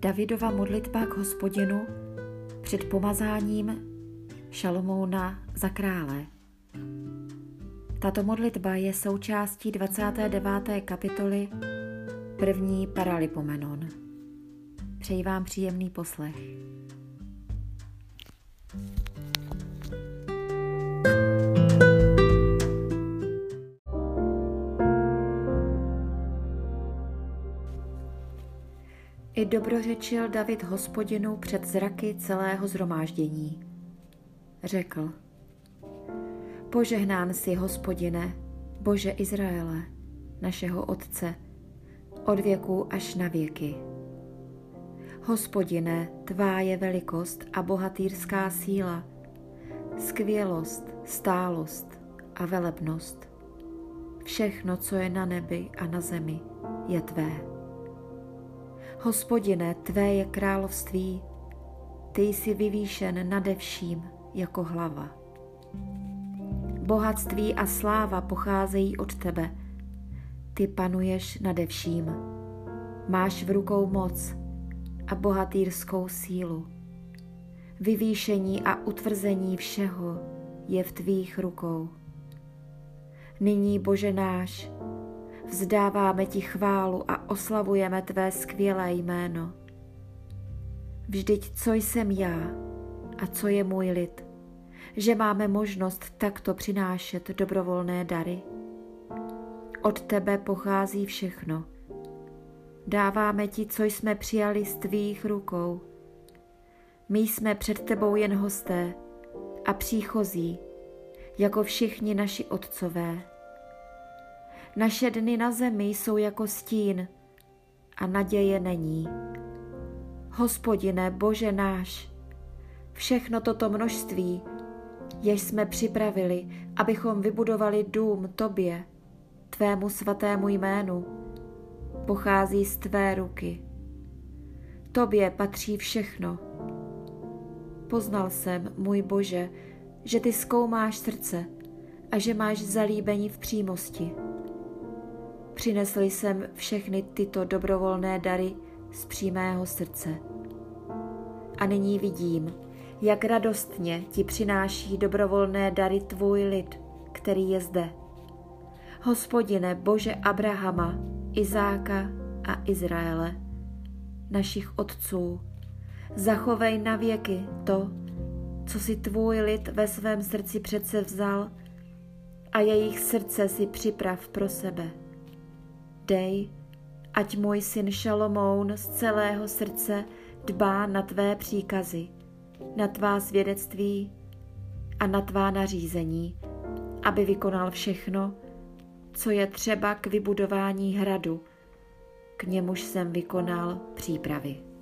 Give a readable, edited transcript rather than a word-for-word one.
Davidova modlitba k Hospodinu před pomazáním Šalomouna za krále. Tato modlitba je součástí 29. kapitoly 1. Paralipomenon. Přeji vám příjemný poslech. I dobrořečil David Hospodinu před zraky celého shromáždění. Řekl: Požehnán jsi, Hospodine, Bože Izraele, našeho Otce, od věků až na věky. Hospodine, tvá je velikost a bohatýrská síla, skvělost, stálost a velebnost. Všechno, co je na nebi a na zemi, je tvé. Hospodine, tvé je království, ty jsi vyvýšen nade vším jako hlava. Bohatství a sláva pocházejí od tebe, ty panuješ nade vším. Máš v rukou moc a bohatýrskou sílu. Vyvýšení a utvrzení všeho je v tvých rukou. Nyní, Bože náš, vzdáváme ti chválu a oslavujeme tvé skvělé jméno. Vždyť co jsem já a co je můj lid, že máme možnost takto přinášet dobrovolné dary? Od tebe pochází všechno. Dáváme ti, co jsme přijali z tvých rukou. My jsme před tebou jen hosté a příchozí, jako všichni naši otcové. Naše dny na zemi jsou jako stín a naděje není. Hospodine, Bože náš, všechno toto množství, jež jsme připravili, abychom vybudovali dům tobě, tvému svatému jménu, pochází z tvé ruky. Tobě patří všechno. Poznal jsem, můj Bože, že ty zkoumáš srdce a že máš zalíbení v přímosti. Přinesl jsem všechny tyto dobrovolné dary z přímého srdce. A nyní vidím, jak radostně ti přináší dobrovolné dary tvůj lid, který je zde. Hospodine, Bože Abrahama, Izáka a Izraele, našich otců, zachovej na věky to, co si tvůj lid ve svém srdci přece vzal, a jejich srdce si připrav pro sebe. Dej, ať můj syn Šalomoun z celého srdce dbá na tvé příkazy, na tvá svědectví a na tvá nařízení, aby vykonal všechno, co je třeba k vybudování hradu, k němuž jsem vykonal přípravy.